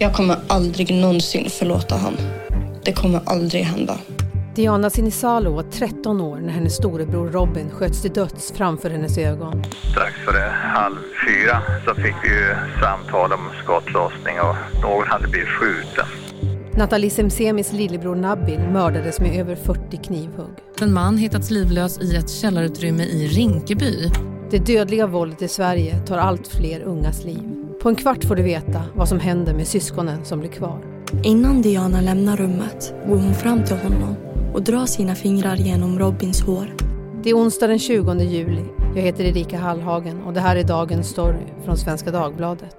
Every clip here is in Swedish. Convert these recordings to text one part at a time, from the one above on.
Jag kommer aldrig någonsin förlåta han. Det kommer aldrig hända. Diana Sinisalo var 13 år när hennes storebror Robin sköts till döds framför hennes ögon. Strax före 3:30 så fick vi ju samtal om skottlossning och någon hade blivit skjuten. Nathalie Semsemis lillebror Nabil mördades med över 40 knivhugg. En man hittats livlös i ett källarutrymme i Rinkeby. Det dödliga våldet i Sverige tar allt fler ungas liv. På en kvart får du veta vad som händer med syskonen som blir kvar. Innan Diana lämnar rummet går hon fram till honom och drar sina fingrar genom Robins hår. Det är onsdag den 20 juli. Jag heter Erika Hallhagen och det här är dagens story från Svenska Dagbladet.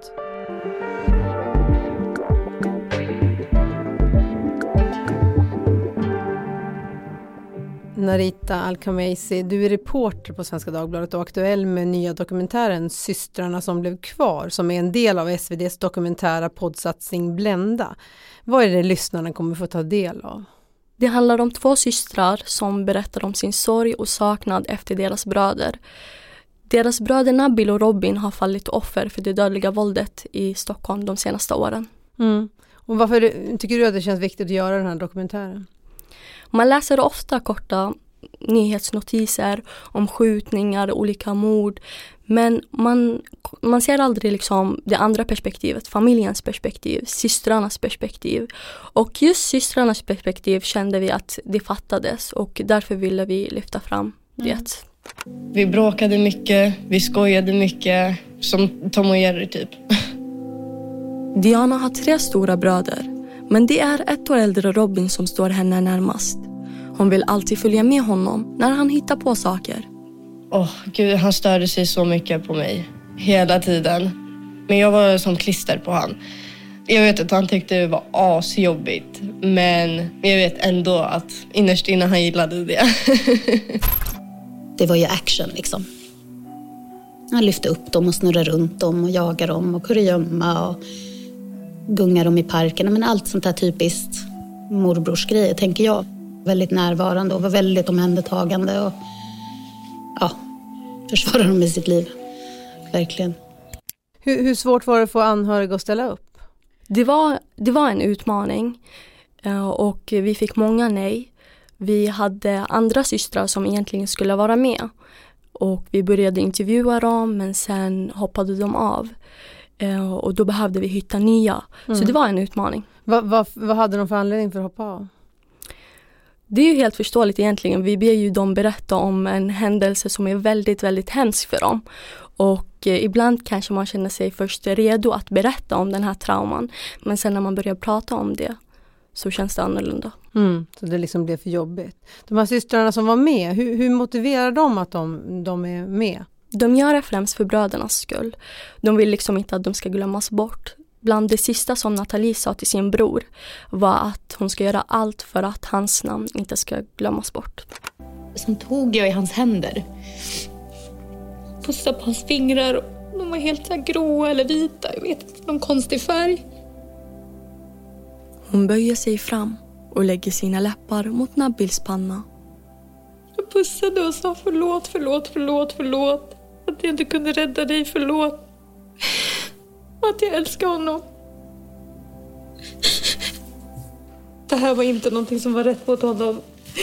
Narita Al-Khameisi, du är reporter på Svenska Dagbladet och aktuell med nya dokumentären Systrarna som blev kvar, som är en del av SVD:s dokumentära poddsatsning Blända. Vad är det lyssnarna kommer få ta del av? Det handlar om 2 systrar som berättar om sin sorg och saknad efter deras bröder. Deras bröder Nabil och Robin har fallit offer för det dödliga våldet i Stockholm de senaste åren. Och varför tycker du att det känns viktigt att göra den här dokumentären? Man läser ofta korta nyhetsnotiser om skjutningar, olika mord. Men man ser aldrig liksom det andra perspektivet, familjens perspektiv, systrarnas perspektiv. Och just systrarnas perspektiv kände vi att det fattades och därför ville vi lyfta fram det. Vi bråkade mycket, vi skojade mycket, som Tom och Jerry typ. Diana har 3 stora bröder, men det är 1 år äldre Robin som står henne närmast. Hon vill alltid följa med honom när han hittar på saker. Gud, han störde sig så mycket på mig hela tiden. Men jag var som klister på han. Jag vet att han tyckte det var asjobbigt, men jag vet ändå att innerst inne han gillade det. Det var ju action liksom. Han lyfte upp dem och snurrade runt dem och jagade dem och kurragömma och gunga dem i parken. Men allt sånt här typiskt morbrorsgrejer, tänker jag. Väldigt närvarande och var väldigt omhändertagande och försvarade dem med sitt liv. Verkligen. Hur svårt var det att få anhöriga att ställa upp? Det var en utmaning och vi fick många nej. Vi hade andra systrar som egentligen skulle vara med och vi började intervjua dem, men sen hoppade de av och då behövde vi hitta nya. Så det var en utmaning. Vad hade de för anledning för att hoppa av? Det är ju helt förståeligt egentligen. Vi ber ju dem berätta om en händelse som är väldigt, väldigt hemsk för dem. Och ibland kanske man känner sig först redo att berätta om den här trauman. Men sen när man börjar prata om det så känns det annorlunda. Så det liksom blev för jobbigt. De här systrarna som var med, hur motiverar de att de är med? De gör det främst för brödernas skull. De vill liksom inte att de ska glömmas bort. Bland det sista som Nathalie sa till sin bror var att hon ska göra allt för att hans namn inte ska glömmas bort. Sen tog jag i hans händer. Pussade på hans fingrar. De var helt så grå eller vita. Jag vet inte, någon konstig färg. Hon böjer sig fram och lägger sina läppar mot Nabils panna. Jag pussade och sa förlåt. Att jag inte kunde rädda dig, förlåt. Att jag älskar honom. Det här var inte någonting som var rätt mot honom.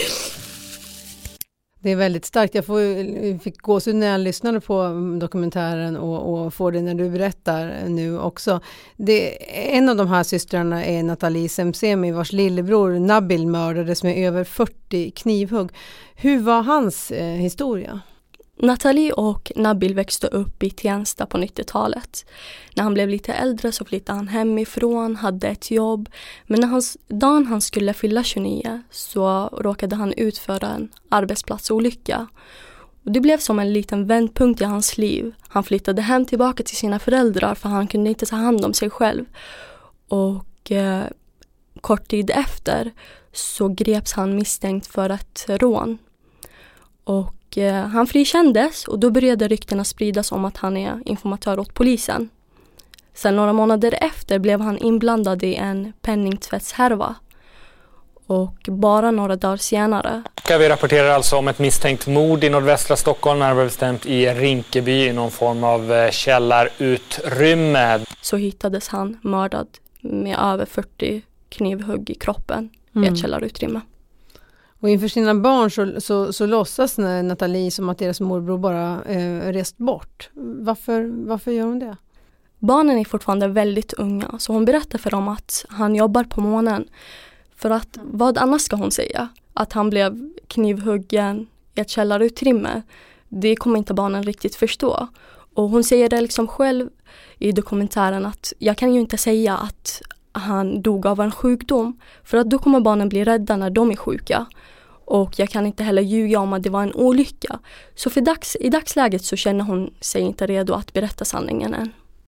Det är väldigt starkt. Jag fick gåshud när jag lyssnade på dokumentären och får det när du berättar nu också. En av de här systrarna är Nathalie Semsemi, vars lillebror Nabil mördades med över 40 knivhugg. Hur var hans historia? Nathalie och Nabil växte upp i Tensta på 90-talet. När han blev lite äldre så flyttade han hemifrån, hade ett jobb. Men när dagen han skulle fylla 29 så råkade han ut för en arbetsplatsolycka. Och det blev som en liten vändpunkt i hans liv. Han flyttade hem tillbaka till sina föräldrar för han kunde inte ta hand om sig själv. Och kort tid efter så greps han misstänkt för ett rån. Och han frikändes och då började ryktena spridas om att han är informatör åt polisen. Sen några månader efter blev han inblandad i en penningtvättshärva. Och bara några dagar senare... Vi rapporterar alltså om ett misstänkt mord i nordvästra Stockholm, närmare bestämt i Rinkeby, i någon form av källarutrymme. Så hittades han mördad med över 40 knivhugg i kroppen i ett källarutrymme. Och inför sina barn så låtsas Nathalie som att deras morbror bara rest bort. Varför gör hon det? Barnen är fortfarande väldigt unga, så hon berättar för dem att han jobbar på månen. För att vad annars ska hon säga? Att han blev knivhuggen i ett källarutrymme, det kommer inte barnen riktigt förstå. Och hon säger det liksom själv i dokumentären att jag kan ju inte säga att han dog av en sjukdom, för att då kommer barnen bli rädda när de är sjuka. Och jag kan inte heller ljuga om att det var en olycka. Så i dagsläget så känner hon sig inte redo att berätta sanningen än.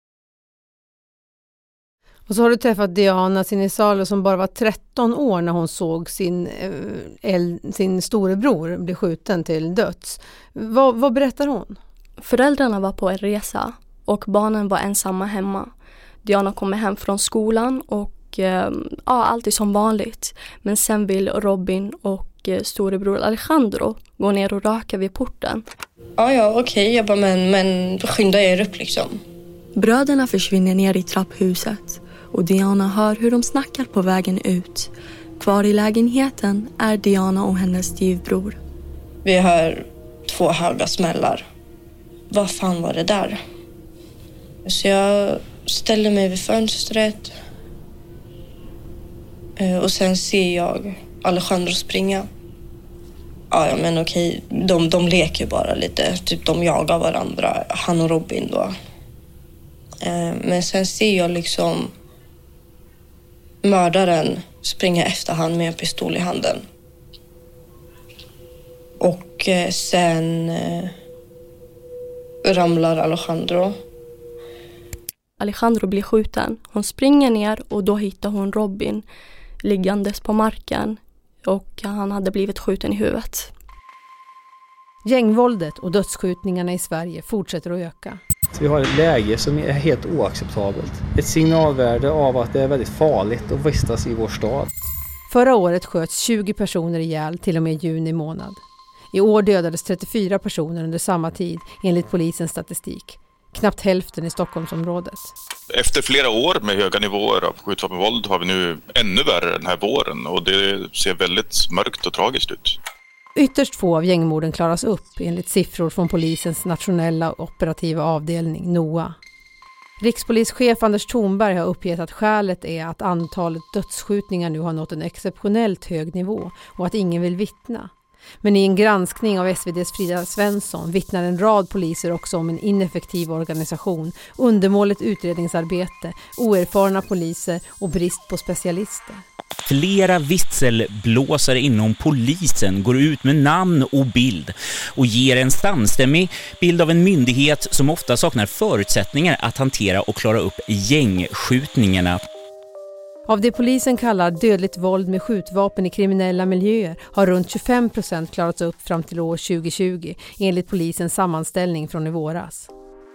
Och så har du träffat Diana Sinisalo som bara var 13 år när hon såg sin storebror bli skjuten till döds. Vad berättar hon? Föräldrarna var på en resa och barnen var ensamma hemma. Diana kommer hem från skolan och allt är som vanligt. Men sen vill Robin och storebror Alejandro gå ner och röka vid porten. Okej. Jag bara, men skynda er upp liksom. Bröderna försvinner ner i trapphuset och Diana hör hur de snackar på vägen ut. Kvar i lägenheten är Diana och hennes styvbror. Vi hör 2 höga smällar. Vad fan var det där? Så jag ställer mig vid fönstret. Och sen ser jag Alejandro springa. Ja, men okej. De leker bara lite. Typ de jagar varandra. Han och Robin då. Men sen ser jag liksom mördaren springa efter han med en pistol i handen. Och sen ramlar Alejandro. Alejandro blir skjuten. Hon springer ner och då hittar hon Robin liggandes på marken och han hade blivit skjuten i huvudet. Gängvåldet och dödsskjutningarna i Sverige fortsätter att öka. Vi har ett läge som är helt oacceptabelt. Ett signalvärde av att det är väldigt farligt att vistas i vår stad. Förra året sköts 20 personer ihjäl till och med juni månad. I år dödades 34 personer under samma tid enligt polisens statistik. Knappt hälften i Stockholmsområdet. Efter flera år med höga nivåer av skjutvapenvåld har vi nu ännu värre den här våren och det ser väldigt mörkt och tragiskt ut. Ytterst få av gängmorden klaras upp enligt siffror från polisens nationella operativa avdelning, NOA. Rikspolischef Anders Thornberg har uppgett att skälet är att antalet dödsskjutningar nu har nått en exceptionellt hög nivå och att ingen vill vittna. Men i en granskning av SVD:s Frida Svensson vittnar en rad poliser också om en ineffektiv organisation, undermåligt utredningsarbete, oerfarna poliser och brist på specialister. Flera visselblåsare inom polisen går ut med namn och bild och ger en samstämmig bild av en myndighet som ofta saknar förutsättningar att hantera och klara upp gängskjutningarna. Av det polisen kallar dödligt våld med skjutvapen i kriminella miljöer har runt 25% klarats upp fram till år 2020 enligt polisens sammanställning från i våras.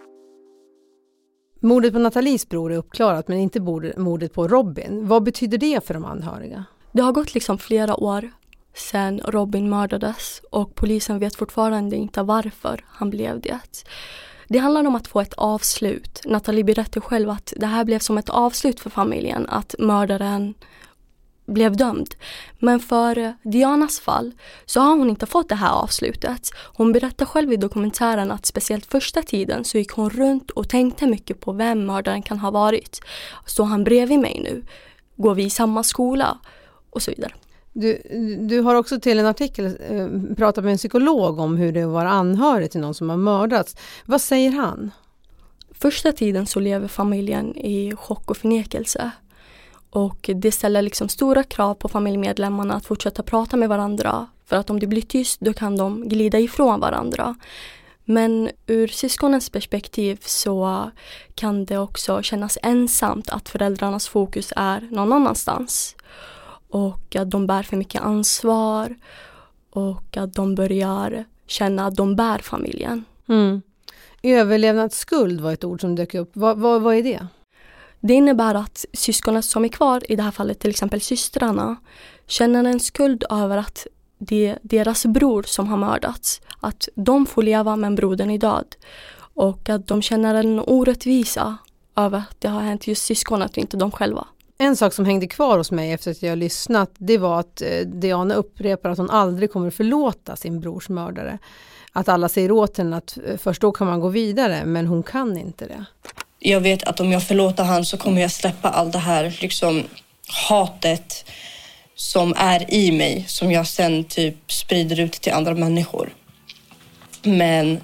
Mordet på Nathalies bror är uppklarat men inte mordet på Robin. Vad betyder det för de anhöriga? Det har gått liksom flera år sedan Robin mördades och polisen vet fortfarande inte varför han blev det. Det handlar om att få ett avslut. Nathalie berättade själv att det här blev som ett avslut för familjen, att mördaren blev dömd. Men för Dianas fall så har hon inte fått det här avslutet. Hon berättar själv i dokumentären att speciellt första tiden så gick hon runt och tänkte mycket på vem mördaren kan ha varit. Så han bredvid mig nu? Går vi i samma skola? Och så vidare. Du har också till en artikel pratat med en psykolog om hur det var anhörig till någon som har mördats. Vad säger han? Första tiden så lever familjen i chock och förnekelse. Och det ställer liksom stora krav på familjemedlemmarna att fortsätta prata med varandra. För att om det blir tyst då kan de glida ifrån varandra. Men ur syskonens perspektiv så kan det också kännas ensamt att föräldrarnas fokus är någon annanstans. Och att de bär för mycket ansvar och att de börjar känna att de bär familjen. Överlevnadsskuld var ett ord som dök upp. Vad är det? Det innebär att syskonen som är kvar, i det här fallet till exempel systrarna, känner en skuld över att det är deras bror som har mördats. Att de får leva men brodern är död. Och att de känner en orättvisa över att det har hänt just syskonet och inte de själva. En sak som hängde kvar hos mig efter att jag lyssnat, det var att Diana upprepar att hon aldrig kommer förlåta sin brors mördare. Att alla säger åt henne att först då kan man gå vidare, men hon kan inte det. Jag vet att om jag förlåter han så kommer jag släppa allt det här liksom hatet som är i mig, som jag sen typ sprider ut till andra människor. Men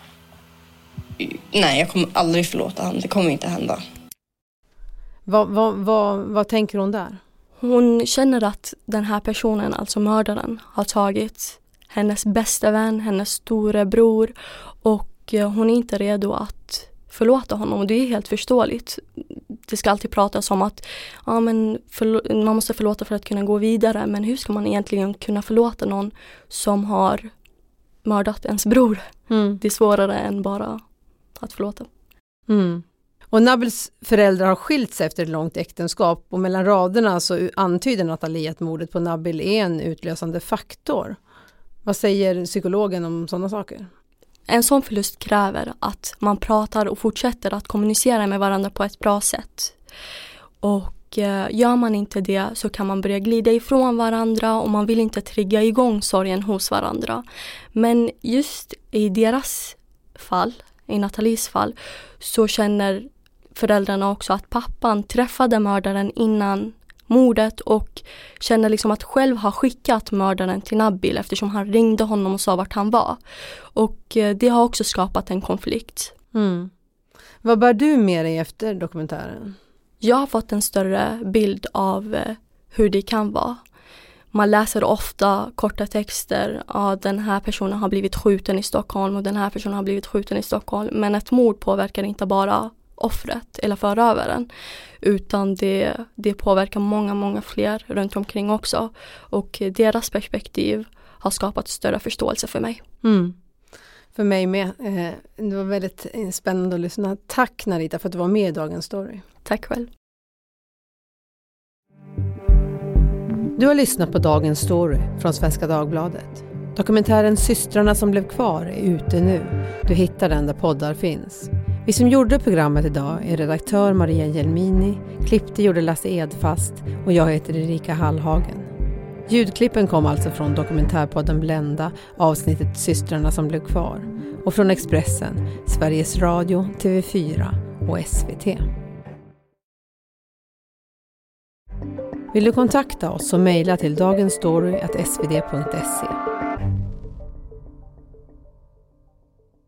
nej, jag kommer aldrig förlåta han. Det kommer inte hända. Vad tänker hon där? Hon känner att den här personen, alltså mördaren, har tagit hennes bästa vän, hennes storebror, och hon är inte redo att förlåta honom. Och det är helt förståeligt. Det ska alltid pratas om att man måste förlåta för att kunna gå vidare. Men hur ska man egentligen kunna förlåta någon som har mördat ens bror? Det är svårare än bara att förlåta. Och Nabils föräldrar har skilt sig efter ett långt äktenskap, och mellan raderna så antyder Nathalie att mordet på Nabil är en utlösande faktor. Vad säger psykologen om sådana saker? En sån förlust kräver att man pratar och fortsätter att kommunicera med varandra på ett bra sätt. Och gör man inte det så kan man börja glida ifrån varandra, och man vill inte trigga igång sorgen hos varandra. Men just i deras fall, i Nathalies fall, så känner föräldrarna också att pappan träffade mördaren innan mordet och känner liksom att själv har skickat mördaren till Nabil eftersom han ringde honom och sa vart han var. Och det har också skapat en konflikt. Vad bär du med dig efter dokumentären? Jag har fått en större bild av hur det kan vara. Man läser ofta korta texter. Den här personen har blivit skjuten i Stockholm och den här personen har blivit skjuten i Stockholm. Men ett mord påverkar inte bara offret eller förövaren, utan det påverkar många fler runt omkring också. Och deras perspektiv har skapat större förståelse för mig. För mig med. Det var väldigt spännande att lyssna. Tack Narita för att du var med i Dagens Story. Tack själv. Du har lyssnat på Dagens Story från Svenska Dagbladet. Dokumentären Systrarna som blev kvar är ute nu. Du hittar den där poddar finns. Vi som gjorde programmet idag är redaktör Maria Jelmini, klippte gjorde Lasse Edfast och jag heter Erika Hallhagen. Ljudklippen kom alltså från dokumentärpodden Blända, avsnittet Systrarna som blev kvar, och från Expressen, Sveriges Radio, TV4 och SVT. Vill du kontakta oss så mejla till dagensstory@svd.se.